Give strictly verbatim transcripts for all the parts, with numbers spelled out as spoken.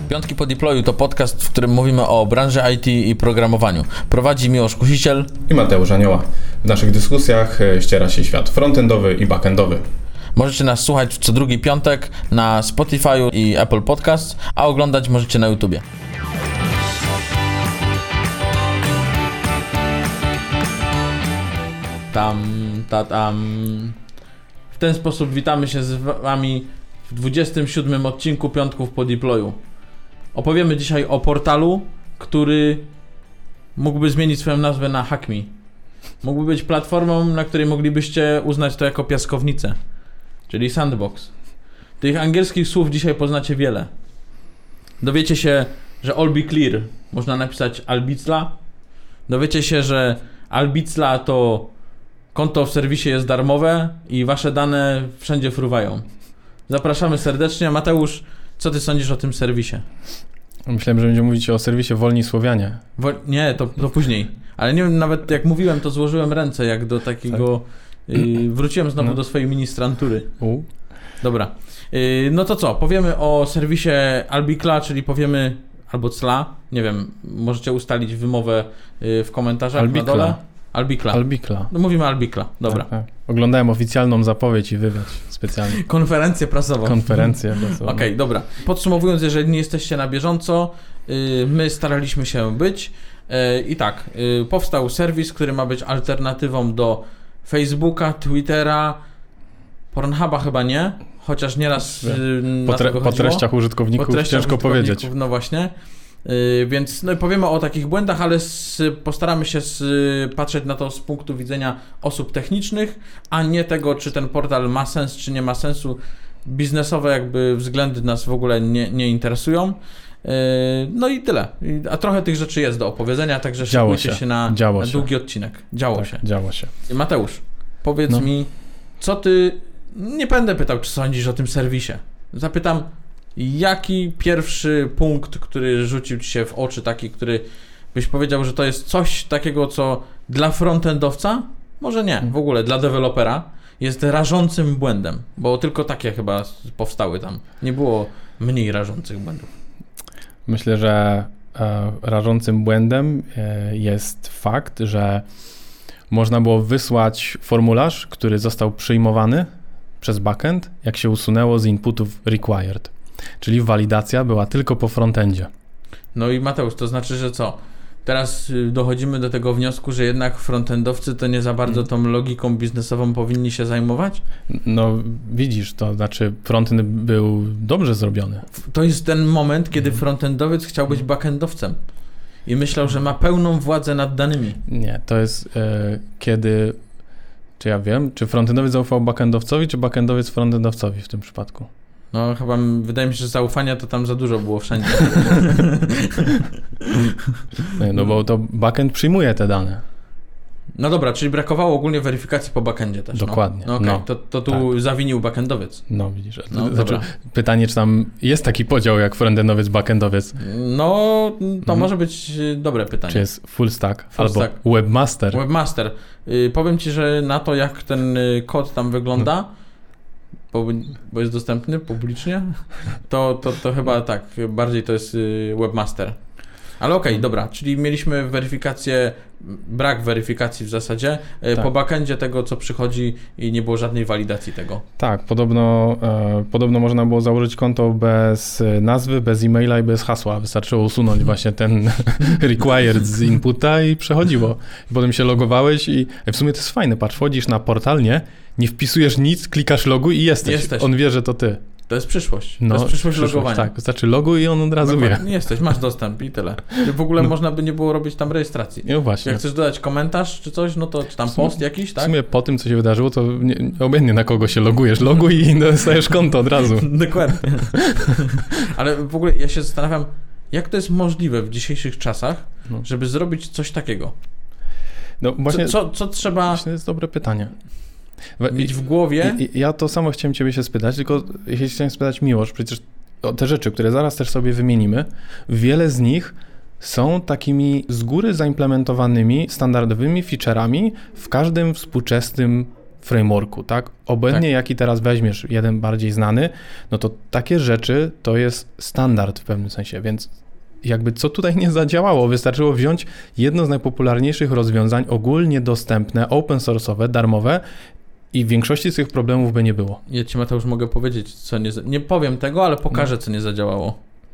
Piątki po deployu to podcast, w którym mówimy o branży I T i programowaniu. Prowadzi Miłosz Kusiciel i Mateusz Anioła. W naszych dyskusjach ściera się świat frontendowy i backendowy. Możecie nas słuchać co drugi piątek na Spotify i Apple Podcast, a oglądać możecie na YouTubie. Tam, ta, tam. W ten sposób witamy się z wami w dwudziestym siódmym odcinku Piątków po deployu. Opowiemy dzisiaj o portalu, który mógłby zmienić swoją nazwę na HackMe. Mógłby być platformą, na której moglibyście uznać to jako piaskownicę, czyli sandbox. Tych angielskich słów dzisiaj poznacie wiele. Dowiecie się, że all be clear można napisać albicla. Dowiecie się, że albicla to konto w serwisie jest darmowe i wasze dane wszędzie fruwają. Zapraszamy serdecznie. Mateusz, co ty sądzisz o tym serwisie? Myślałem, że będziemy mówić o serwisie Wolni Słowianie. Wo- nie, to, to później. Ale nie wiem, nawet jak mówiłem, to złożyłem ręce jak do takiego... Tak. Y, wróciłem znowu no. do swojej ministrantury. U. Dobra. Y, no to co? Powiemy o serwisie Albicla, czyli powiemy... Albo Cla. Nie wiem, możecie ustalić wymowę y, w komentarzach Albicla. Na dole. Albicla. Albicla. No mówimy Albicla, dobra. Tak, tak. Oglądałem oficjalną zapowiedź i wywiad specjalnie. Konferencję prasową. Konferencję prasową. Okej, okay, dobra. Podsumowując, jeżeli nie jesteście na bieżąco, yy, my staraliśmy się być yy, i tak, yy, powstał serwis, który ma być alternatywą do Facebooka, Twittera, Pornhuba chyba nie, chociaż nieraz yy, po, tre- po treściach użytkowników po treściach ciężko użytkowników, powiedzieć. No właśnie. Yy, więc no, powiemy o takich błędach, ale z, postaramy się z, patrzeć na to z punktu widzenia osób technicznych, a nie tego, czy ten portal ma sens, czy nie ma sensu. Biznesowe jakby względy nas w ogóle nie, nie interesują. Yy, no i tyle. A trochę tych rzeczy jest do opowiedzenia, także działo szykujcie się, się na, działo na się. długi odcinek. Działo tak, się. Działo się. Mateusz, powiedz no. mi, co ty... Nie będę pytał, czy sądzisz o tym serwisie. Zapytam, jaki pierwszy punkt, który rzucił ci się w oczy, taki, który byś powiedział, że to jest coś takiego, co dla frontendowca, może nie, w ogóle dla dewelopera, jest rażącym błędem, bo tylko takie chyba powstały tam. Nie było mniej rażących błędów. Myślę, że e, rażącym błędem e, jest fakt, że można było wysłać formularz, który został przyjmowany przez backend, jak się usunęło z inputów required. Czyli walidacja była tylko po frontendzie. No i Mateusz, to znaczy, że co? Teraz dochodzimy do tego wniosku, że jednak frontendowcy to nie za bardzo tą logiką biznesową powinni się zajmować? No widzisz, to znaczy frontend był dobrze zrobiony. To jest ten moment, kiedy frontendowiec chciał być backendowcem i myślał, że ma pełną władzę nad danymi. Nie, to jest e, kiedy, czy ja wiem, czy frontendowiec zaufał backendowcowi, czy backendowiec frontendowcowi w tym przypadku? No chyba wydaje mi się, że zaufania to tam za dużo było wszędzie. Nie, no bo to backend przyjmuje te dane. No dobra, czyli brakowało ogólnie weryfikacji po backendzie też. Dokładnie. No, no, okay. no to, to tu tak. zawinił backendowiec. No widzisz. No, znaczy, pytanie, czy tam jest taki podział jak frontendowiec, backendowiec? No to mhm. może być dobre pytanie. Czy jest full stack full albo stack. webmaster? Webmaster. Yy, powiem ci, że na to jak ten kod tam wygląda, no. Bo, bo jest dostępny publicznie, to, to, to chyba tak, bardziej to jest webmaster. Ale okej, okay, dobra, czyli mieliśmy weryfikację, brak weryfikacji w zasadzie, tak. Po backendzie tego, co przychodzi i nie było żadnej walidacji tego. Tak, podobno, e, podobno można było założyć konto bez nazwy, bez e-maila i bez hasła. Wystarczyło usunąć właśnie ten required z inputa i przechodziło. I potem się logowałeś i w sumie to jest fajne, patrz, wchodzisz na portal, nie? Nie wpisujesz nic, klikasz loguj i jesteś. jesteś. On wie, że to ty. To jest przyszłość. No, to jest przyszłość, przyszłość logowania. Tak, wystarczy loguj i on od razu wie. Nie jesteś, masz dostęp i tyle. W ogóle no. można by nie było robić tam rejestracji. No właśnie. Jak chcesz dodać komentarz czy coś, no to czy tam sumie, post jakiś, tak? W sumie po tym, co się wydarzyło, to nie, obojętnie na kogo się logujesz. Loguj i dostajesz konto od razu. Dokładnie. Ale w ogóle ja się zastanawiam, jak to jest możliwe w dzisiejszych czasach, no. żeby zrobić coś takiego? No właśnie, co, co, co trzeba... Właśnie to jest dobre pytanie. Mieć w głowie. I, i, ja to samo chciałem ciebie się spytać, tylko jeśli chciałem spytać Miłosz, przecież te rzeczy, które zaraz też sobie wymienimy, wiele z nich są takimi z góry zaimplementowanymi standardowymi feature'ami w każdym współczesnym frameworku, tak? Obojętnie tak. jaki teraz weźmiesz, jeden bardziej znany, no to takie rzeczy to jest standard w pewnym sensie, więc jakby co tutaj nie zadziałało, wystarczyło wziąć jedno z najpopularniejszych rozwiązań ogólnie dostępne, open source'owe, darmowe i w większości z tych problemów by nie było. Ja ci, Mateusz, mogę powiedzieć, co nie... Nie powiem tego, ale pokażę, no. co nie zadziałało.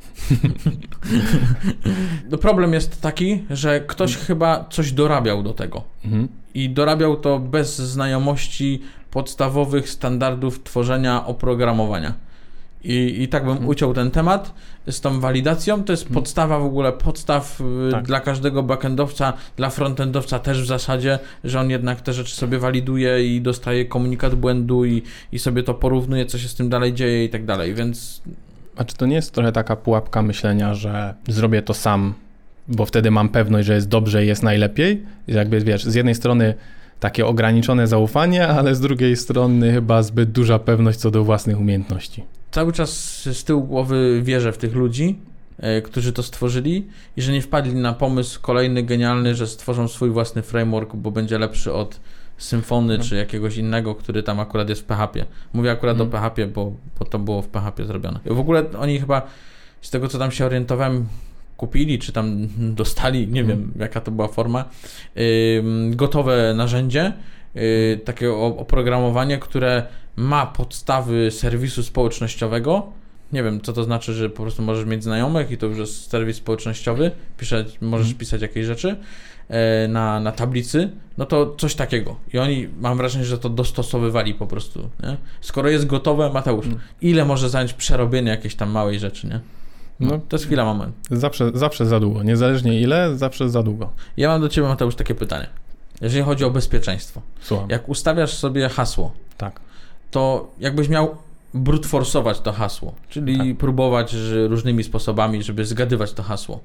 No problem jest taki, że ktoś hmm. chyba coś dorabiał do tego. Hmm. I dorabiał to bez znajomości podstawowych standardów tworzenia oprogramowania. I, i tak bym hmm. uciął ten temat z tą walidacją. To jest hmm. podstawa w ogóle, podstaw tak. dla każdego backendowca, dla frontendowca też w zasadzie, że on jednak te rzeczy sobie waliduje i dostaje komunikat błędu i, i sobie to porównuje, co się z tym dalej dzieje i tak dalej, więc... A czy to nie jest trochę taka pułapka myślenia, że zrobię to sam, bo wtedy mam pewność, że jest dobrze i jest najlepiej? Jakby wiesz, z jednej strony takie ograniczone zaufanie, ale z drugiej strony chyba zbyt duża pewność co do własnych umiejętności. Cały czas z tyłu głowy wierzę w tych ludzi, e, którzy to stworzyli i że nie wpadli na pomysł kolejny genialny, że stworzą swój własny framework, bo będzie lepszy od Symfony, no. czy jakiegoś innego, który tam akurat jest w P H P. Mówię akurat mm. o P H P, bo, bo to było w P H P zrobione. W ogóle oni chyba, z tego co tam się orientowałem, kupili, czy tam dostali, nie mm. wiem jaka to była forma, yy, gotowe narzędzie, yy, takie oprogramowanie, które ma podstawy serwisu społecznościowego. Nie wiem, co to znaczy, że po prostu możesz mieć znajomych i to już jest serwis społecznościowy, pisać, możesz mm. pisać jakieś rzeczy na, na tablicy, no to coś takiego. I oni, mam wrażenie, że to dostosowywali po prostu, nie? Skoro jest gotowe, Mateusz, mm. ile może zająć przerobienie jakiejś tam małej rzeczy, nie? No, no to jest chwila, moment. Zawsze, zawsze za długo. Niezależnie ile, zawsze za długo. Ja mam do ciebie, Mateusz, takie pytanie. Jeżeli chodzi o bezpieczeństwo. Słucham. Jak ustawiasz sobie hasło, tak. to jakbyś miał brute forsować to hasło, czyli tak. próbować że różnymi sposobami, żeby zgadywać to hasło.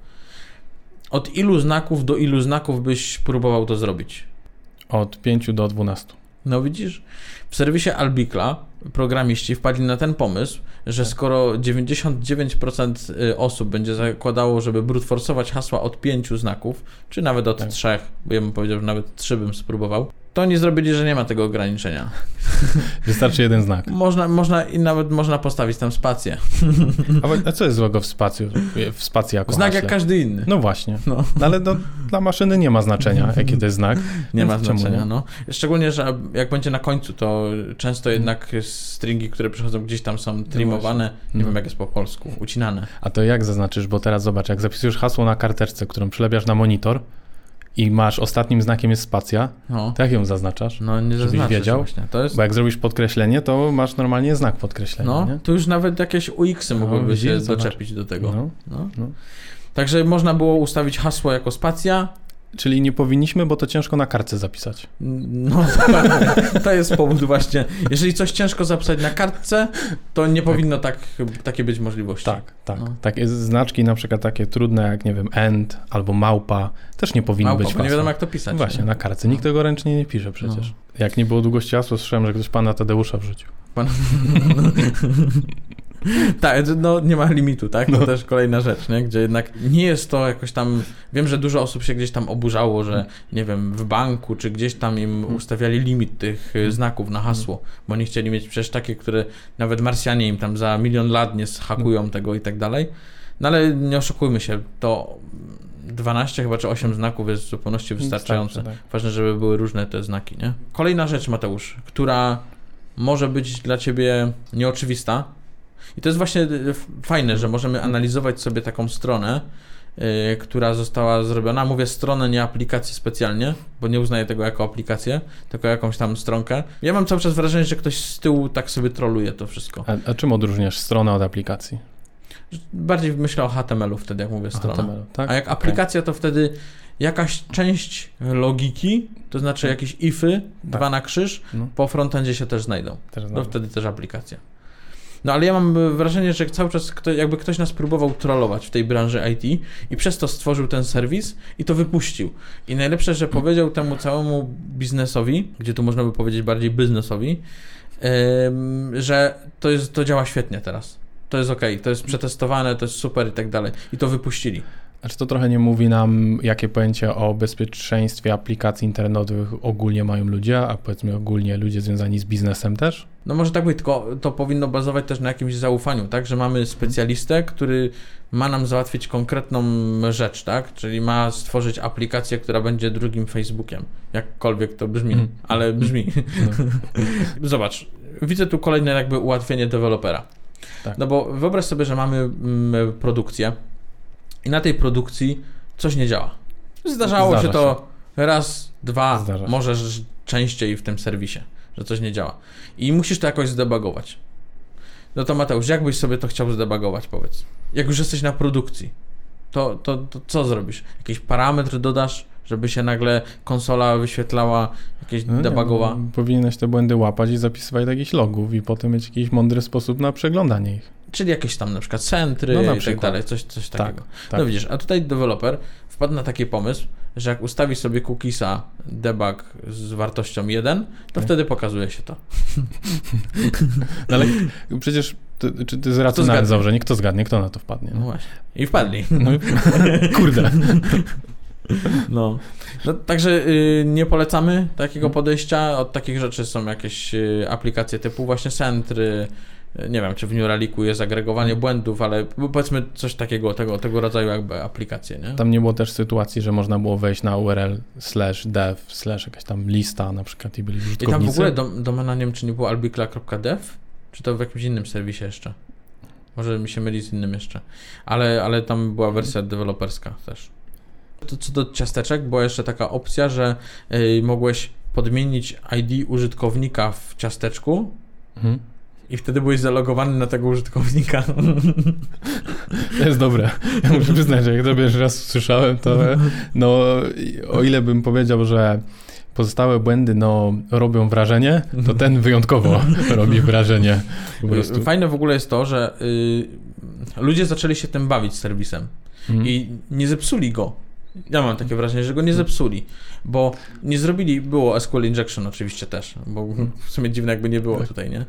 Od ilu znaków do ilu znaków byś próbował to zrobić? Od pięciu do dwunastu. No widzisz, w serwisie Albicla programiści wpadli na ten pomysł, że skoro dziewięćdziesiąt dziewięć procent osób będzie zakładało, żeby brute forsować hasła od pięciu znaków, czy nawet od tak. trzech, bo ja bym powiedział, że nawet trzy bym spróbował, to oni zrobili, że nie ma tego ograniczenia. Wystarczy jeden znak. Można, można i nawet można postawić tam spację. A, a co jest złego w spacji, w spacji jako Znak haśle? Jak każdy inny. No właśnie. No. No, ale do, dla maszyny nie ma znaczenia, jaki to jest znak. Nie ma znaczenia, nie? no. Szczególnie, że jak będzie na końcu, to często jednak stringi, które przychodzą gdzieś tam są trimowane, no nie no. wiem jak jest po polsku, ucinane. A to jak zaznaczysz? Bo teraz zobacz, jak zapisujesz hasło na karteczce, którą przylepiasz na monitor, i masz ostatnim znakiem jest spacja, no. to jak ją zaznaczasz? No nie żebyś wiedział, właśnie. To jest... Bo jak zrobisz podkreślenie, to masz normalnie znak podkreślenia. No, nie? to już nawet jakieś U X-y no, mogłyby się doczepić do tego. No, no. No. Także można było ustawić hasło jako spacja. Czyli nie powinniśmy, bo to ciężko na kartce zapisać. No, to jest powód właśnie. Jeżeli coś ciężko zapisać na kartce, to nie tak. powinno tak, takie być możliwości. Tak, tak. No. Takie znaczki na przykład takie trudne jak, nie wiem, end albo małpa też nie powinny małpa, być bo nie wiadomo jak to pisać. Właśnie, nie? na kartce. Nikt tego ręcznie nie pisze przecież. No. Jak nie było długości hasła, słyszałem, że ktoś pana Tadeusza wrzucił. Pan... Tak, no nie ma limitu, tak? To no. też kolejna rzecz, nie? Gdzie jednak nie jest to jakoś tam, wiem, że dużo osób się gdzieś tam oburzało, że nie wiem, w banku czy gdzieś tam im ustawiali limit tych znaków na hasło, bo nie chcieli mieć przecież takie, które nawet Marsjanie im tam za milion lat nie zhakują tego i tak dalej. No ale nie oszukujmy się, to dwanaście chyba czy osiem znaków jest w zupełności wystarczające. Tak, tak. Ważne, żeby były różne te znaki, nie? Kolejna rzecz, Mateusz, która może być dla ciebie nieoczywista. I to jest właśnie fajne, że możemy analizować sobie taką stronę, yy, która została zrobiona. Mówię stronę, nie aplikację specjalnie, bo nie uznaję tego jako aplikację, tylko jakąś tam stronkę. Ja mam cały czas wrażenie, że ktoś z tyłu tak sobie troluje to wszystko. A, a czym odróżniasz stronę od aplikacji? Bardziej myślę o H T M L u wtedy, jak mówię strona. H T M L, tak? A jak okay. aplikacja, to wtedy jakaś część logiki, to znaczy tak. jakieś ify, tak. dwa na krzyż, no. po frontendzie się też znajdą. Też to wtedy też aplikacja. No ale ja mam wrażenie, że cały czas kto, jakby ktoś nas próbował trollować w tej branży I T i przez to stworzył ten serwis i to wypuścił. I najlepsze, że powiedział temu całemu biznesowi, gdzie tu można by powiedzieć bardziej biznesowi, yy, że to, jest, to działa świetnie teraz. To jest okej, okay, to jest przetestowane, to jest super i tak dalej. I to wypuścili. A czy to trochę nie mówi nam, jakie pojęcie o bezpieczeństwie aplikacji internetowych ogólnie mają ludzie, a powiedzmy ogólnie ludzie związani z biznesem też? No może tak być, tylko to powinno bazować też na jakimś zaufaniu, tak? Że mamy specjalistę, który ma nam załatwić konkretną rzecz, tak? Czyli ma stworzyć aplikację, która będzie drugim Facebookiem. Jakkolwiek to brzmi, mm. ale brzmi. No. Zobacz, widzę tu kolejne jakby ułatwienie dewelopera. Tak. No bo wyobraź sobie, że mamy mm, produkcję i na tej produkcji coś nie działa. Zdarzało Zdarza się to się. raz, dwa, Zdarza może się. częściej w tym serwisie, że coś nie działa. I musisz to jakoś zdebugować. No to Mateusz, jak byś sobie to chciał zdebugować, powiedz? Jak już jesteś na produkcji, to, to, to co zrobisz? Jakiś parametr dodasz, żeby się nagle konsola wyświetlała, jakieś no debugowa? Nie, powinieneś te błędy łapać i zapisywać do jakichś logów i potem mieć jakiś mądry sposób na przeglądanie ich. Czyli jakieś tam na przykład centry no na i tak dalej, coś, coś takiego. Tak, tak. No widzisz, a tutaj deweloper wpadł na taki pomysł, że jak ustawi sobie cookiesa debug z wartością jeden, to tak. wtedy pokazuje się to. No ale przecież to, czy to jest racjonalne założenie, kto zgadnie, kto na to wpadnie. No, no właśnie. I wpadli. No, kurde. No. no także y, nie polecamy takiego podejścia. Od takich rzeczy są jakieś y, aplikacje typu właśnie Sentry. Nie wiem, czy w Neuraliku jest agregowanie błędów, ale powiedzmy coś takiego, tego, tego rodzaju jakby aplikacje, nie? Tam nie było też sytuacji, że można było wejść na U R L slash dev slash jakaś tam lista na przykład i byli użytkownicy. I tam w ogóle dom, domena, nie wiem, czy nie było albicla kropka dev? Czy to w jakimś innym serwisie jeszcze? Może mi się myli z innym jeszcze. Ale, ale tam była wersja deweloperska też. To co do ciasteczek, była jeszcze taka opcja, że y, mogłeś podmienić I D użytkownika w ciasteczku, mhm. i wtedy byłeś zalogowany na tego użytkownika. To jest dobre. Ja muszę przyznać, że jak to pierwszy raz słyszałem, to no, o ile bym powiedział, że pozostałe błędy no, robią wrażenie, to ten wyjątkowo robi wrażenie. Po prostu. Fajne w ogóle jest to, że y, ludzie zaczęli się tym bawić serwisem mhm. i nie zepsuli go. Ja mam takie wrażenie, że go nie zepsuli, bo nie zrobili, było S Q L Injection oczywiście też, bo w sumie dziwne jakby nie było tutaj, nie?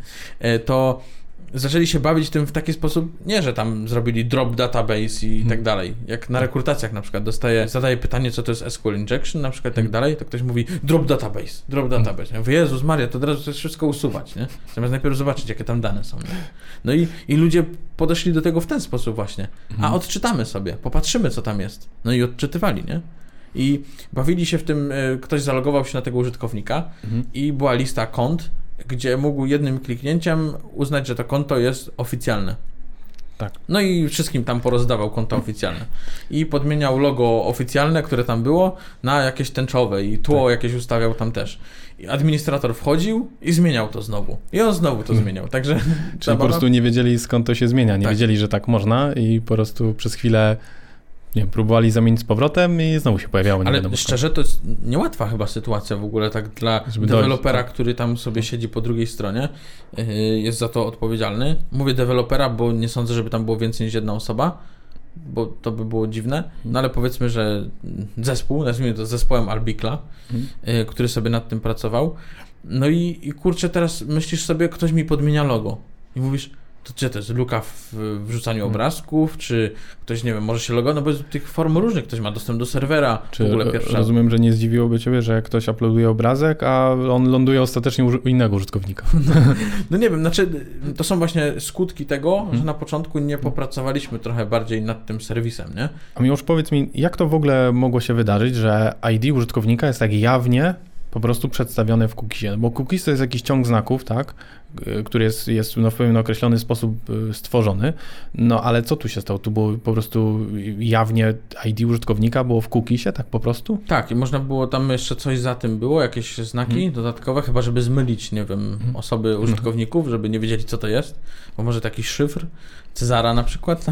To zaczęli się bawić tym w taki sposób, nie, że tam zrobili drop database i tak dalej. Jak na rekrutacjach na przykład dostaje, zadaje pytanie, co to jest S Q L Injection na przykład i tak dalej, to ktoś mówi drop database, drop database. Ja mówię, Jezus Maria, to od razu chcesz wszystko usuwać, nie? Zamiast najpierw zobaczyć, jakie tam dane są. Nie? No i, i ludzie podeszli do tego w ten sposób właśnie. A odczytamy sobie, popatrzymy, co tam jest. No i odczytywali, nie? I bawili się w tym, ktoś zalogował się na tego użytkownika mhm. i była lista kont, gdzie mógł jednym kliknięciem uznać, że to konto jest oficjalne. Tak. No i wszystkim tam porozdawał konta oficjalne. I podmieniał logo oficjalne, które tam było, na jakieś tęczowe i tło tak. jakieś ustawiał tam też. I administrator wchodził i zmieniał to znowu. I on znowu to hmm. zmieniał. Także Czyli po prostu nie wiedzieli, skąd to się zmienia. Nie tak. wiedzieli, że tak można i po prostu przez chwilę nie, próbowali zamienić z powrotem i znowu się pojawiało. Nie Ale wiadomo, szczerze, to jest niełatwa chyba sytuacja w ogóle tak dla Żeby dewelopera, dojść, tak. który tam sobie siedzi po drugiej stronie, yy, jest za to odpowiedzialny. Mówię dewelopera, bo nie sądzę, żeby tam było więcej niż jedna osoba, bo to by było dziwne. No ale powiedzmy, że zespół, nazwijmy to zespołem Albicla, hmm. yy, który sobie nad tym pracował. No i, i kurczę, teraz myślisz sobie, ktoś mi podmienia logo i mówisz, to gdzie to jest? Luka w wrzucaniu hmm. obrazków, czy ktoś, nie wiem, może się logować, no bo tych form różnych, ktoś ma dostęp do serwera, czy w ogóle pierwsza. Rozumiem, że nie zdziwiłoby Ciebie, że ktoś uploaduje obrazek, a on ląduje ostatecznie u innego użytkownika. No, no nie wiem, znaczy to są właśnie skutki tego, hmm. że na początku nie popracowaliśmy trochę bardziej nad tym serwisem, nie? A już powiedz mi, jak to w ogóle mogło się wydarzyć, że I D użytkownika jest tak jawnie po prostu przedstawione w cookisie, bo cookies to jest jakiś ciąg znaków, tak, który jest, jest no, w pewien określony sposób stworzony, no ale co tu się stało? Tu było po prostu jawnie I D użytkownika było w cookisie, tak po prostu? Tak, i można było tam jeszcze coś za tym było, jakieś znaki hmm. dodatkowe, chyba żeby zmylić, nie wiem, hmm. osoby użytkowników, żeby nie wiedzieli, co to jest, bo może taki szyfr, Cezara na przykład.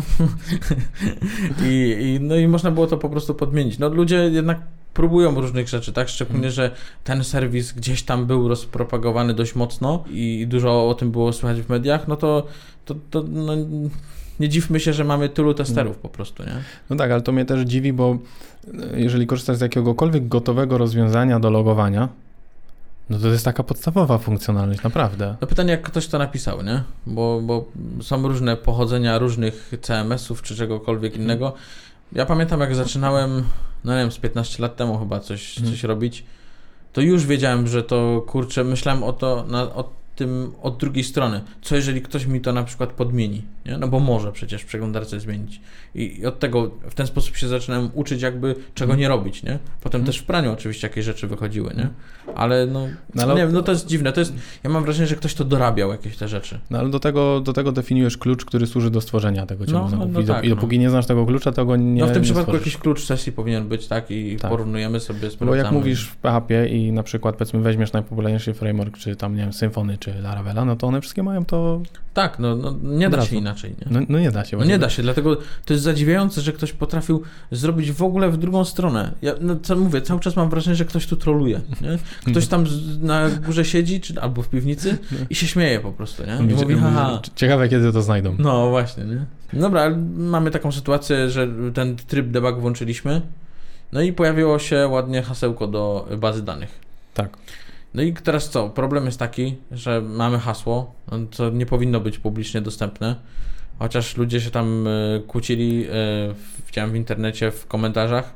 I, i, no i można było to po prostu podmienić. No ludzie jednak próbują różnych rzeczy, tak? Szczególnie, hmm. że ten serwis gdzieś tam był rozpropagowany dość mocno i dużo o tym było słychać w mediach, no to, to, to no, nie dziwmy się, że mamy tylu testerów po prostu, nie? No tak, ale to mnie też dziwi, bo jeżeli korzystasz z jakiegokolwiek gotowego rozwiązania do logowania, no to jest taka podstawowa funkcjonalność, naprawdę. No pytanie, jak ktoś to napisał, nie? Bo, bo są różne pochodzenia różnych C M S ów czy czegokolwiek innego. Ja pamiętam, jak zaczynałem, no nie wiem, z piętnaście lat temu chyba coś, hmm. coś robić, to już wiedziałem, że to, kurczę, myślałem o to, na, o tym od drugiej strony. Co jeżeli ktoś mi to na przykład podmieni, nie? No bo może przecież w przeglądarce zmienić. I, i od tego, w ten sposób się zaczynałem uczyć jakby czego nie robić, nie? Potem hmm. też w praniu oczywiście jakieś rzeczy wychodziły, nie? Ale no, no ale nie wiem, no to jest dziwne, to jest, ja mam wrażenie, że ktoś to dorabiał, jakieś te rzeczy. No ale do tego, do tego definiujesz klucz, który służy do stworzenia tego ciągu no, znaków. No, no I, do, tak, I dopóki no. nie znasz tego klucza, to go nie No w tym nie przypadku stworzysz. jakiś klucz sesji powinien być, tak? I tak. porównujemy sobie, sprawdzamy. Bo jak mówisz w P H P i na przykład powiedzmy weźmiesz najpopularniejszy framework, czy tam nie wiem, Symfony, czy Laravela, no to one wszystkie mają to... Tak, no, no nie da się inaczej, nie? No, no nie da się. No nie da się, dlatego to jest zadziwiające, że ktoś potrafił zrobić w ogóle w drugą stronę. Ja no, co mówię, cały czas mam wrażenie, że ktoś tu troluje, nie? Ktoś tam z, na górze siedzi, czy albo w piwnicy i się śmieje po prostu, nie? I mówi, haha. Ciekawe, kiedy to znajdą. No właśnie, nie? Dobra, ale mamy taką sytuację, że ten tryb debug włączyliśmy, no i pojawiło się ładnie hasełko do bazy danych. Tak. No i teraz co? Problem jest taki, że mamy hasło, co nie powinno być publicznie dostępne, chociaż ludzie się tam y, kłócili, y, widziałem w internecie, w komentarzach,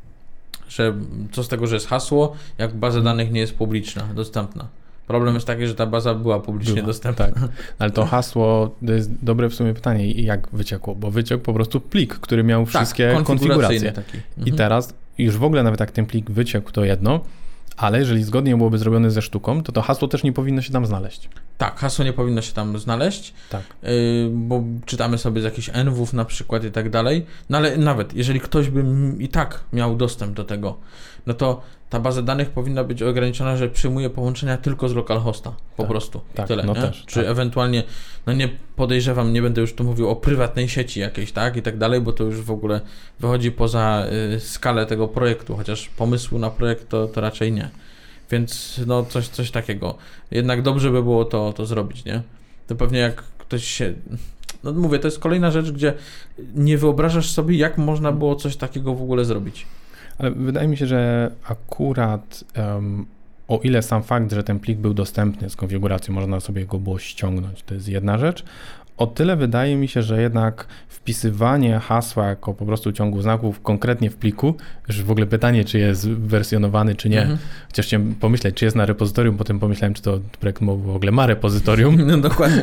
że co z tego, że jest hasło, jak baza danych nie jest publiczna, dostępna. Problem jest taki, że ta baza była publicznie była, dostępna. Tak. Ale to hasło, to jest dobre w sumie pytanie, jak wyciekło, bo wyciekł po prostu plik, który miał wszystkie tak, konfiguracje. Taki. Mhm. I teraz już w ogóle nawet jak ten plik wyciekł, to jedno, ale jeżeli zgodnie byłoby zrobione ze sztuką, to to hasło też nie powinno się tam znaleźć. Tak, hasło nie powinno się tam znaleźć, tak. yy, bo czytamy sobie z jakichś envów na przykład i tak dalej, no ale nawet jeżeli ktoś by i tak miał dostęp do tego, no to ta baza danych powinna być ograniczona, że przyjmuje połączenia tylko z localhosta, po tak, prostu. Tak, tyle, no nie? też. Czy tak. ewentualnie, no nie podejrzewam, nie będę już tu mówił o prywatnej sieci jakiejś, tak, i tak dalej, bo to już w ogóle wychodzi poza y, skalę tego projektu, chociaż pomysłu na projekt to, to raczej nie. Więc no coś, coś takiego. Jednak dobrze by było to, to zrobić, nie? To pewnie jak ktoś się... No mówię, to jest kolejna rzecz, gdzie nie wyobrażasz sobie, jak można było coś takiego w ogóle zrobić. Ale wydaje mi się, że akurat um, o ile sam fakt, że ten plik był dostępny z konfiguracją, można sobie go było ściągnąć, to jest jedna rzecz. O tyle wydaje mi się, że jednak wpisywanie hasła jako po prostu ciągu znaków konkretnie w pliku, już w ogóle pytanie, czy jest wersjonowany, czy nie. Mhm. Chociaż chciałem pomyśleć, czy jest na repozytorium, potem pomyślałem, czy to projekt w ogóle ma repozytorium. No dokładnie.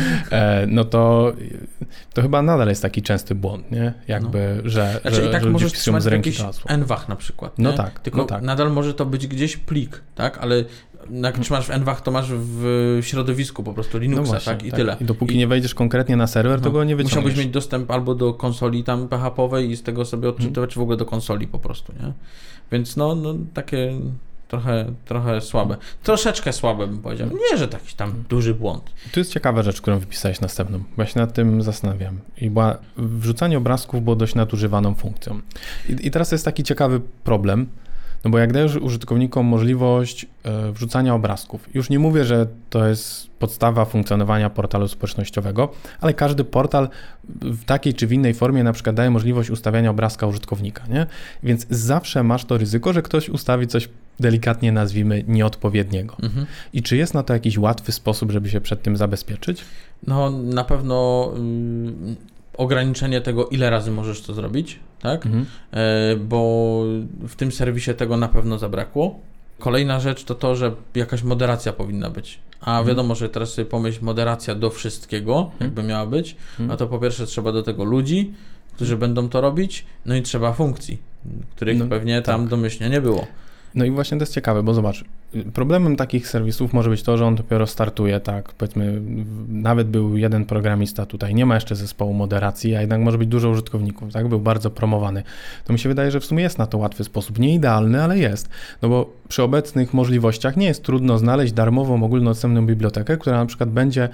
e, no to, to chyba nadal jest taki częsty błąd, nie? Jakby, no. że, znaczy, że, i tak że możesz pisują z ręki w envach na przykład. Nie? No tak. Tylko no tak. nadal może to być gdzieś plik, tak? Ale jak trzymasz w envach, to masz w środowisku po prostu Linuxa, no właśnie, tak? I tak. tyle. I dopóki I... nie wejdziesz konkretnie na serwer, to no. go nie wyciągniesz. Musiałbyś mieć dostęp albo do konsoli tam P H P-owej i z tego sobie odczytywać, hmm. w ogóle do konsoli po prostu, nie? Więc no, no takie trochę, trochę słabe. Troszeczkę słabe bym powiedział. Nie, że taki tam duży błąd. Tu jest ciekawa rzecz, którą wypisałeś następną, bo ja się nad tym zastanawiam. I była, wrzucanie obrazków było dość nadużywaną funkcją. I, i teraz jest taki ciekawy problem, no bo jak dajesz użytkownikom możliwość y, wrzucania obrazków, już nie mówię, że to jest podstawa funkcjonowania portalu społecznościowego, ale każdy portal w takiej czy w innej formie na przykład daje możliwość ustawiania obrazka użytkownika, nie? Więc zawsze masz to ryzyko, że ktoś ustawi coś delikatnie nazwijmy nieodpowiedniego. Mhm. I czy jest na to jakiś łatwy sposób, żeby się przed tym zabezpieczyć? No na pewno... Y- ograniczenie tego, ile razy możesz to zrobić, tak? Mhm. E, bo w tym serwisie tego na pewno zabrakło. Kolejna rzecz to to, że jakaś moderacja powinna być. A mhm. wiadomo, że teraz sobie pomyśl moderacja do wszystkiego, mhm. jakby miała być, mhm. a to po pierwsze trzeba do tego ludzi, którzy mhm. będą to robić, no i trzeba funkcji, których no, pewnie tam tak. domyślnie nie było. No i właśnie to jest ciekawe, bo zobacz, problemem takich serwisów może być to, że on dopiero startuje, tak, powiedzmy, nawet był jeden programista tutaj, nie ma jeszcze zespołu moderacji, a jednak może być dużo użytkowników, tak, był bardzo promowany. To mi się wydaje, że w sumie jest na to łatwy sposób, nie idealny, ale jest, no bo przy obecnych możliwościach nie jest trudno znaleźć darmową, ogólnodostępną bibliotekę, która na przykład będzie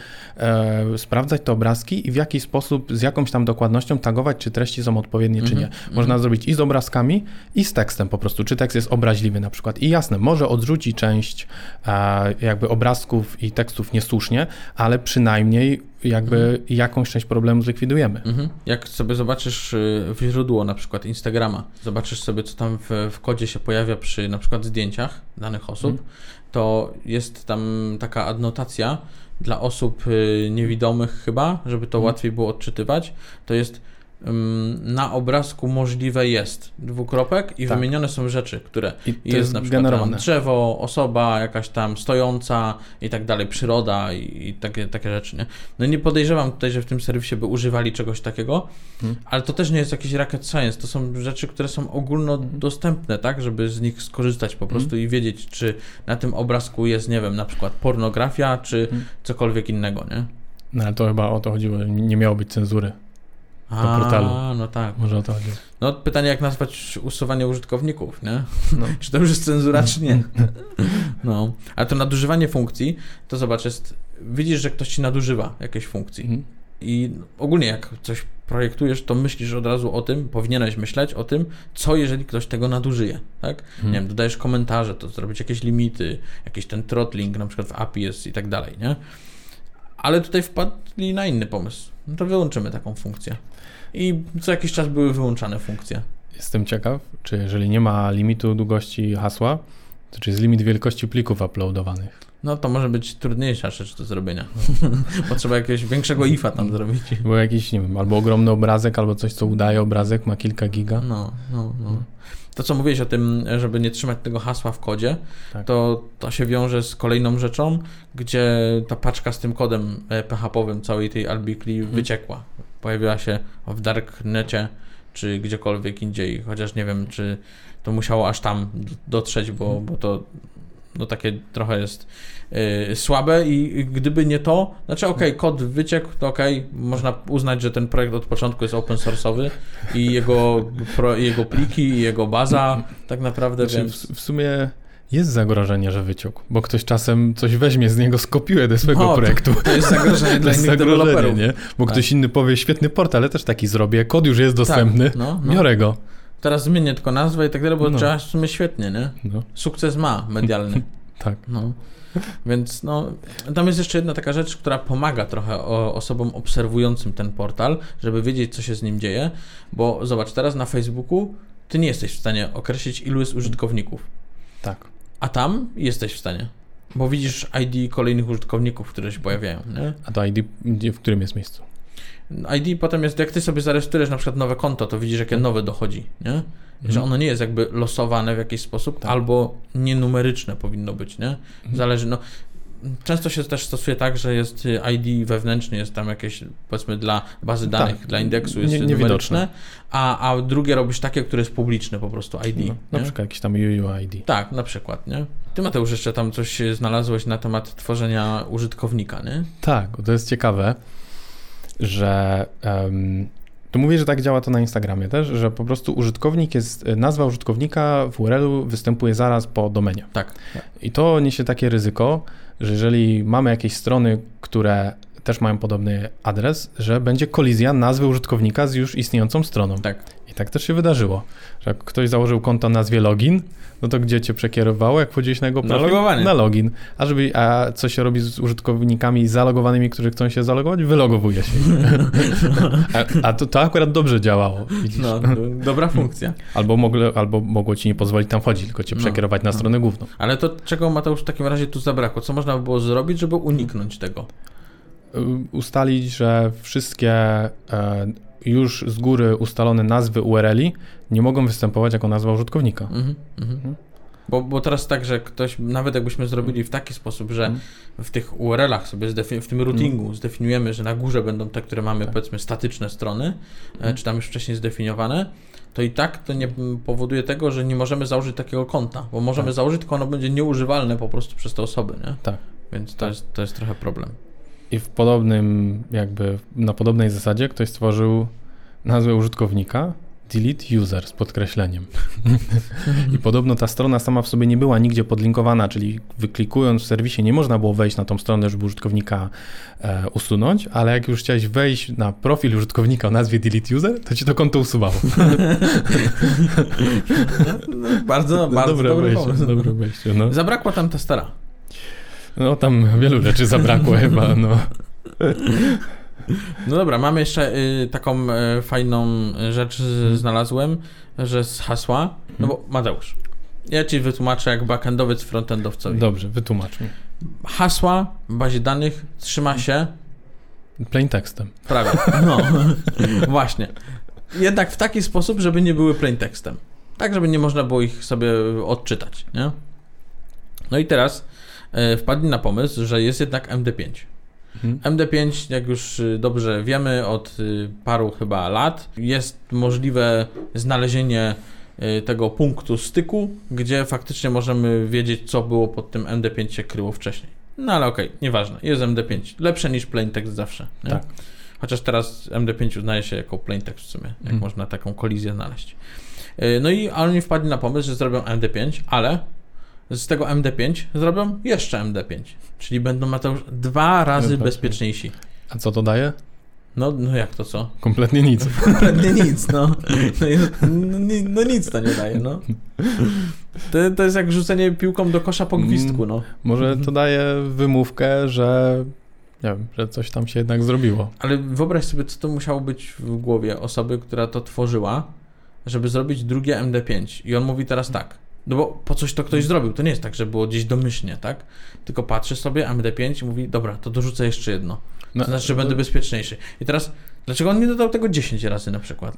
e, sprawdzać te obrazki i w jakiś sposób, z jakąś tam dokładnością tagować, czy treści są odpowiednie, mm-hmm, czy nie. Można mm-hmm. zrobić i z obrazkami, i z tekstem po prostu, czy tekst jest obraźliwy na przykład. I jasne, może odrzuci część e, jakby obrazków i tekstów niesłusznie, ale przynajmniej jakby mhm. jakąś część problemu zlikwidujemy. Mhm. Jak sobie zobaczysz w źródło na przykład Instagrama, zobaczysz sobie, co tam w, w kodzie się pojawia przy na przykład zdjęciach danych osób, mhm. to jest tam taka adnotacja dla osób niewidomych chyba, żeby to mhm. łatwiej było odczytywać, to jest na obrazku możliwe jest dwukropek i tak. wymienione są rzeczy, które I jest, jest na przykład generowane. drzewo, osoba jakaś tam stojąca i tak dalej, przyroda i, i takie, takie rzeczy, nie? No nie podejrzewam tutaj, że w tym serwisie by używali czegoś takiego, hmm. ale to też nie jest jakiś rocket science, to są rzeczy, które są ogólnodostępne, tak, żeby z nich skorzystać po prostu hmm. i wiedzieć, czy na tym obrazku jest, nie wiem, na przykład pornografia, czy hmm. cokolwiek innego, nie? No ale to chyba o to chodziło, nie miało być cenzury. Do portalu. A, no tak. Może o to chodzi. No pytanie, jak nazwać usuwanie użytkowników, nie? No. Czy to już jest cenzura, czy nie? No. Ale to nadużywanie funkcji, to zobacz, jest, widzisz, że ktoś ci nadużywa jakiejś funkcji. Mhm. I ogólnie jak coś projektujesz, to myślisz od razu o tym, powinieneś myśleć o tym, co jeżeli ktoś tego nadużyje, tak? Mhm. Nie wiem, dodajesz komentarze, to zrobić jakieś limity, jakiś ten throttling na przykład w A P I jest i tak dalej, nie? Ale tutaj wpadli na inny pomysł. No to wyłączymy taką funkcję. I co jakiś czas były wyłączane funkcje. Jestem ciekaw, czy jeżeli nie ma limitu długości hasła, to czy jest limit wielkości plików uploadowanych? No to może być trudniejsza rzecz do zrobienia. Bo trzeba jakiegoś większego ifa tam zrobić. Bo jakiś, nie wiem, albo ogromny obrazek, albo coś, co udaje obrazek, ma kilka giga. No, no, no. To, co mówiłeś o tym, żeby nie trzymać tego hasła w kodzie, tak. to, to się wiąże z kolejną rzeczą, gdzie ta paczka z tym kodem P H P-owym całej tej Albicli hmm. wyciekła. Pojawiła się w darknecie, czy gdziekolwiek indziej, chociaż nie wiem, czy to musiało aż tam dotrzeć, bo, hmm. bo to no takie trochę jest yy, słabe i gdyby nie to, znaczy okej, okay, kod wyciekł, to okej, okay, można uznać, że ten projekt od początku jest open source'owy i jego, pro, jego pliki, i jego baza tak naprawdę, znaczy, więc... W, w sumie jest zagrożenie, że wyciął, bo ktoś czasem coś weźmie z niego, skopiuje do swojego no, projektu. To, to jest zagrożenie dla innych zagrożenie, deweloperów. Nie? Bo tak. ktoś inny powie, świetny port, ale też taki zrobię, kod już jest dostępny, tak, no, no. biorę go. Teraz zmienię tylko nazwę i tak dalej, bo no. trzeba w sumie świetnie, nie? No. Sukces ma medialny. Tak. No. Więc no, tam jest jeszcze jedna taka rzecz, która pomaga trochę o, osobom obserwującym ten portal, żeby wiedzieć, co się z nim dzieje, bo zobacz, teraz na Facebooku ty nie jesteś w stanie określić, ilu jest użytkowników. Tak. A tam jesteś w stanie, bo widzisz I D kolejnych użytkowników, które się pojawiają, nie? A to I D w którym jest miejscu? I D potem jest, jak ty sobie zarejestrujesz na przykład nowe konto, to widzisz, jakie nowe dochodzi, nie? Mhm. Że ono nie jest jakby losowane w jakiś sposób, tak. albo nienumeryczne powinno być, nie? Mhm. Zależy, no... Często się też stosuje tak, że jest I D wewnętrzny, jest tam jakieś, powiedzmy, dla bazy danych, tak. dla indeksu jest nie, numeryczne, a, a drugie robisz takie, które jest publiczne po prostu I D. No, na przykład jakiś tam U U I D. Tak, na przykład, nie? Ty, Mateusz, jeszcze tam coś znalazłeś na temat tworzenia użytkownika, nie? Tak, to jest ciekawe, że um, tu mówię, że tak działa to na Instagramie też, że po prostu użytkownik jest, nazwa użytkownika w U R L-u występuje zaraz po domenie. Tak. I to niesie takie ryzyko, że jeżeli mamy jakieś strony, które też mają podobny adres, że będzie kolizja nazwy użytkownika z już istniejącą stroną. Tak. I tak też się wydarzyło, że jak ktoś założył konto o nazwie login, no to gdzie cię przekierowało, jak wchodziłeś na jego profil? Na logowanie. Na login. A, żeby, a co się robi z użytkownikami zalogowanymi, którzy chcą się zalogować? Wylogowuje się. a a to, to akurat dobrze działało. Widzisz? No, dobra funkcja. Albo, mogło, albo mogło ci nie pozwolić tam wchodzić, tylko cię no, przekierować na no. stronę główną. Ale to czego, Mateusz, w takim razie tu zabrakło? Co można by było zrobić, żeby uniknąć tego? Ustalić, że wszystkie e, już z góry ustalone nazwy U R L-i nie mogą występować jako nazwa użytkownika. Mhm, mhm. Bo, bo teraz tak, że ktoś, nawet jakbyśmy zrobili w taki sposób, że mhm. w tych U R L-ach sobie, zdefini- w tym routingu mhm. zdefiniujemy, że na górze będą te, które mamy, tak. powiedzmy, statyczne strony, mhm. czy tam już wcześniej zdefiniowane, to i tak to nie powoduje tego, że nie możemy założyć takiego konta, bo możemy tak. założyć, tylko ono będzie nieużywalne po prostu przez te osoby, nie? Tak. Więc to, tak. Jest, to jest trochę problem. I w podobnym, jakby na podobnej zasadzie ktoś stworzył nazwę użytkownika delete user z podkreśleniem. I podobno ta strona sama w sobie nie była nigdzie podlinkowana, czyli wyklikując w serwisie nie można było wejść na tą stronę, żeby użytkownika e, usunąć, ale jak już chciałeś wejść na profil użytkownika o nazwie delete user, to ci to konto usuwało. no, no, bardzo, bardzo dobre dobry wejście, pomysł. dobre wejście, no. Zabrakła tam ta stara. No tam wielu rzeczy zabrakło chyba, no. No dobra, mamy jeszcze y, taką y, fajną rzecz z, znalazłem, że z hasła, no bo Mateusz, ja ci wytłumaczę jak backendowiec frontendowcowi. Dobrze, wytłumacz mi. Hasła w bazie danych trzyma się... Plain tekstem. Prawie, no właśnie. jednak w taki sposób, żeby nie były plain tekstem. Tak, żeby nie można było ich sobie odczytać, nie? No i teraz e, wpadli na pomysł, że jest jednak M D pięć. Mhm. M D pięć, jak już dobrze wiemy, od paru chyba lat jest możliwe znalezienie tego punktu styku, gdzie faktycznie możemy wiedzieć, co było pod tym M D pięć się kryło wcześniej. No ale okej, okay, nieważne, jest M D pięć. Lepsze niż plain text zawsze. Nie? Tak. Chociaż teraz M D pięć uznaje się jako plain text w sumie, jak hmm. można taką kolizję znaleźć. No i oni wpadli na pomysł, że zrobią M D pięć, ale z tego M D pięć zrobią jeszcze M D pięć. Czyli będą Mateusz dwa razy no bezpieczniejsi. A co to daje? No, no jak to co? Kompletnie nic. Kompletnie nic, no. No, no, no nic to nie daje, no. To, to jest jak rzucenie piłką do kosza po gwizdku, no. Może to daje wymówkę, że nie wiem, że coś tam się jednak zrobiło. Ale wyobraź sobie, co to musiało być w głowie osoby, która to tworzyła, żeby zrobić drugie M D pięć. I on mówi teraz tak. No bo po coś to ktoś zrobił. To nie jest tak, że było gdzieś domyślnie, tak? Tylko patrzy sobie M D pięć i mówi, dobra, to dorzucę jeszcze jedno. To znaczy, że będę bezpieczniejszy. I teraz, dlaczego on nie dodał tego dziesięć razy na przykład?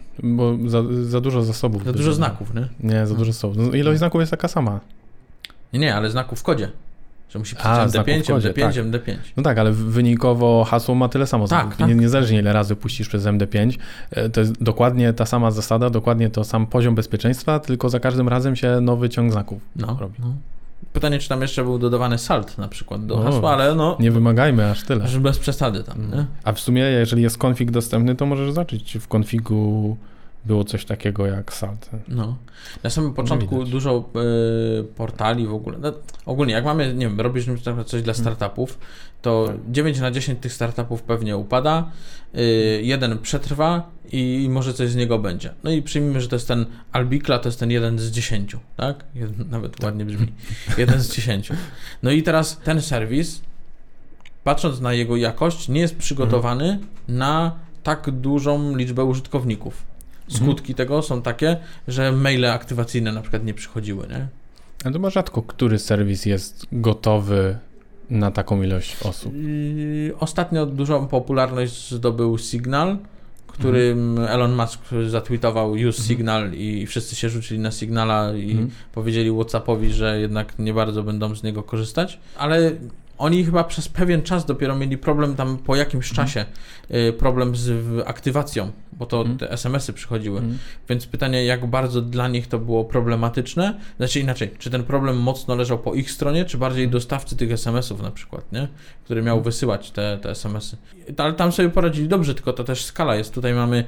Bo za, za dużo zasobów. Za dużo znaków, nie? Nie, za dużo zasobów. No, ilość znaków jest taka sama. Nie, nie, ale znaków w kodzie. Że musi pisać M D pięć, M D pięć, tak. M D pięć. No tak, ale wynikowo hasło ma tyle samo znaków. Tak, tak. Nie, niezależnie ile razy puścisz przez M D pięć, to jest dokładnie ta sama zasada, dokładnie to sam poziom bezpieczeństwa, tylko za każdym razem się nowy ciąg znaków no, robi. No. Pytanie, czy tam jeszcze był dodawany salt na przykład do o, hasła, ale no... Nie wymagajmy aż tyle. Że bez przesady tam, nie? A w sumie, jeżeli jest konfig dostępny, to możesz zobaczyć, czy w konfigu było coś takiego jak salt. No. Na samym początku dużo y, portali w ogóle, no, ogólnie jak mamy, nie wiem, robisz coś dla startupów, to tak. dziewięć na dziesięć tych startupów pewnie upada, y, jeden przetrwa i może coś z niego będzie. No i przyjmijmy, że to jest ten Albicla, to jest ten jeden z dziesięciu, tak? Jeden, nawet tak. ładnie brzmi. Jeden z dziesięciu. No i teraz ten serwis, patrząc na jego jakość, nie jest przygotowany hmm. na tak dużą liczbę użytkowników. Skutki mhm. tego są takie, że maile aktywacyjne na przykład nie przychodziły, nie? A to ma rzadko, który serwis jest gotowy na taką ilość osób. Yy, ostatnio dużą popularność zdobył Signal, którym mhm. Elon Musk zatweetował use mhm. Signal i wszyscy się rzucili na Signala i mhm. powiedzieli WhatsAppowi, że jednak nie bardzo będą z niego korzystać, ale oni chyba przez pewien czas dopiero mieli problem tam po jakimś czasie, mm. problem z aktywacją, bo to mm. te es em esy przychodziły. Mm. Więc pytanie, jak bardzo dla nich to było problematyczne, znaczy inaczej, czy ten problem mocno leżał po ich stronie, czy bardziej dostawcy tych es em esów na przykład, nie? Który miał wysyłać te, te es em esy. Ale tam sobie poradzili dobrze, tylko to też skala jest. Tutaj mamy,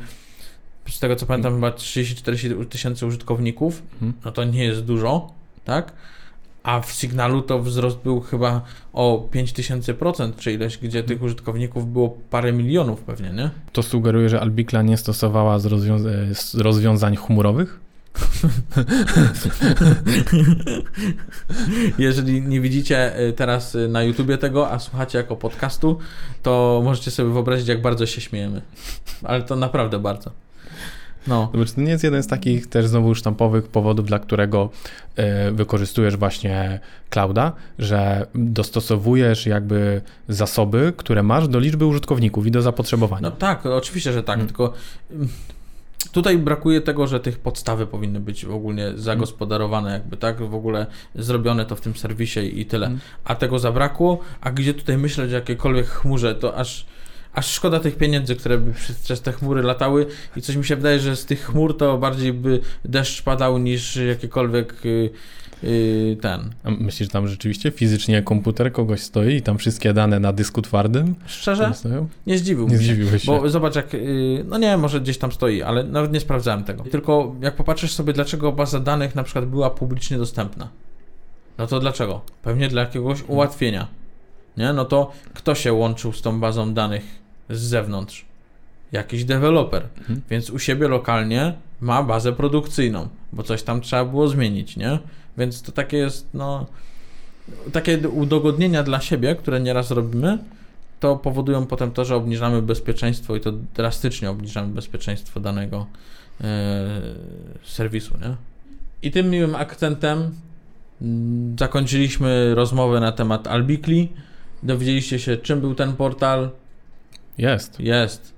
z tego co pamiętam, chyba trzydzieści czterdzieści tysięcy użytkowników, mm. no to nie jest dużo, tak? A w Signalu to wzrost był chyba o pięć tysięcy procent, czy ileś, gdzie tych użytkowników było parę milionów pewnie, nie? To sugeruje, że Albicla nie stosowała z, rozwiąza- z rozwiązań chmurowych? Jeżeli nie widzicie teraz na YouTubie tego, a słuchacie jako podcastu, to możecie sobie wyobrazić, jak bardzo się śmiejemy. Ale to naprawdę bardzo. No. To nie jest jeden z takich też znowu sztampowych powodów, dla którego y, wykorzystujesz właśnie clouda, że dostosowujesz jakby zasoby, które masz do liczby użytkowników i do zapotrzebowania. No tak, oczywiście, że tak, hmm. tylko tutaj brakuje tego, że tych podstawy powinny być ogólnie zagospodarowane jakby, tak, w ogóle zrobione to w tym serwisie i tyle, hmm. a tego zabrakło, a gdzie tutaj myśleć o jakiejkolwiek chmurze, to aż Aż szkoda tych pieniędzy, które by przez, przez te chmury latały i coś mi się wydaje, że z tych chmur to bardziej by deszcz padał niż jakiekolwiek yy, yy, ten. A myślisz, że tam rzeczywiście fizycznie komputer kogoś stoi i tam wszystkie dane na dysku twardym? Szczerze? Nie zdziwił Nie się. zdziwiłeś się. Bo zobacz jak, yy, no nie, może gdzieś tam stoi, ale nawet nie sprawdzałem tego. Tylko jak popatrzysz sobie, dlaczego baza danych na przykład była publicznie dostępna, no to dlaczego? Pewnie dla jakiegoś ułatwienia. Nie? No to kto się łączył z tą bazą danych z zewnątrz? Jakiś deweloper. Mhm. Więc u siebie lokalnie ma bazę produkcyjną, bo coś tam trzeba było zmienić, nie? Więc to takie jest, no, takie udogodnienia dla siebie, które nieraz robimy, to powodują potem to, że obniżamy bezpieczeństwo i to drastycznie obniżamy bezpieczeństwo danego yy, serwisu, nie? I tym miłym akcentem zakończyliśmy rozmowę na temat Albicli. Dowiedzieliście się, czym był ten portal? Jest. Jest.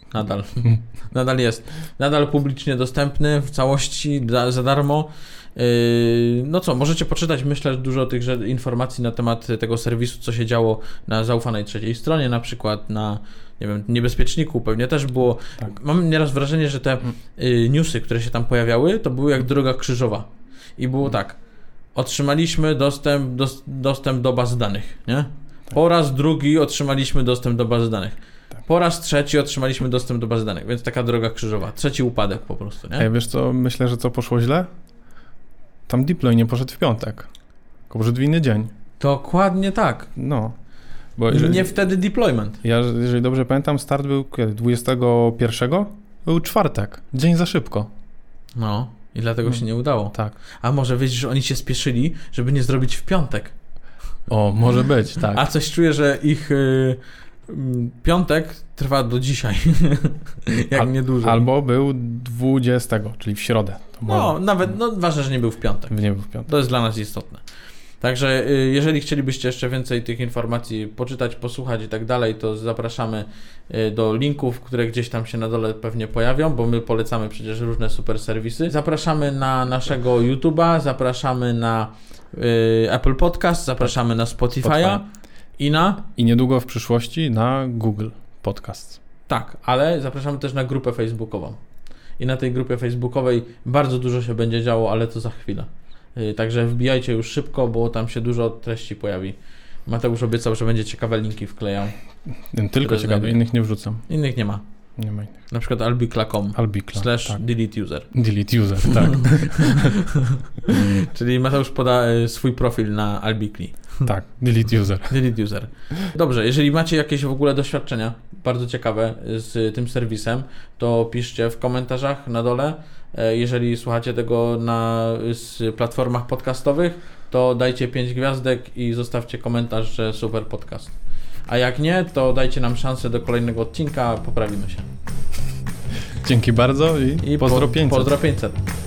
Nadal. Nadal jest. Nadal publicznie dostępny w całości, za, za darmo. Yy, no co, możecie poczytać, myślę, dużo tych że, informacji na temat tego serwisu, co się działo na zaufanej trzeciej stronie, na przykład na, nie wiem, Niebezpieczniku pewnie też było. Tak. Mam nieraz wrażenie, że te y, newsy, które się tam pojawiały, to były jak droga krzyżowa. I było hmm. tak, otrzymaliśmy dostęp do, dostęp do baz danych, nie? Po raz drugi otrzymaliśmy dostęp do bazy danych. Tak. Po raz trzeci otrzymaliśmy dostęp do bazy danych, więc taka droga krzyżowa. Trzeci upadek po prostu, nie? Ej, wiesz co, myślę, że co poszło źle? Tam deploy nie poszedł w piątek, tylko poszedł w inny dzień. Dokładnie tak. No. Bo jeżeli, nie wtedy deployment. Ja, jeżeli dobrze pamiętam, start był kiedy? dwudziestego pierwszego? Był czwartek. Dzień za szybko. No. I dlatego no. się nie udało. Tak. A może wiesz, że oni się spieszyli, żeby nie zrobić w piątek. O, może być, tak. A coś czuję, że ich y, y, piątek trwa do dzisiaj. Jak Al, nie dłużej. Albo był dwudziestego, czyli w środę. To no, może... nawet, no ważne, że nie był w piątek. Nie był w piątek. To jest dla nas istotne. Także y, jeżeli chcielibyście jeszcze więcej tych informacji poczytać, posłuchać i tak dalej, to zapraszamy y, do linków, które gdzieś tam się na dole pewnie pojawią, bo my polecamy przecież różne super serwisy. Zapraszamy na naszego YouTube'a, zapraszamy na y, Apple Podcast, zapraszamy na Spotify'a Spotify. i na... I niedługo w przyszłości na Google Podcast. Tak, ale zapraszamy też na grupę facebookową. I na tej grupie facebookowej bardzo dużo się będzie działo, ale to za chwilę. Także wbijajcie już szybko, bo tam się dużo treści pojawi. Mateusz obiecał, że będzie ciekawe linki wklejał. Tylko ciekawe, innych nie wrzucam. Innych nie ma. Nie ma innych. Na przykład albikla kropka com Albikla, slash tak. delete user. Delete user, tak. Czyli Mateusz poda swój profil na Albikli. Tak, delete user. Delete user. Dobrze, jeżeli macie jakieś w ogóle doświadczenia bardzo ciekawe z tym serwisem, to piszcie w komentarzach na dole. Jeżeli słuchacie tego na z platformach podcastowych, to dajcie pięć gwiazdek i zostawcie komentarz, że super podcast. A jak nie, to dajcie nam szansę do kolejnego odcinka, poprawimy się. Dzięki bardzo i, I pozdro pięćset. Pozdro pięćset.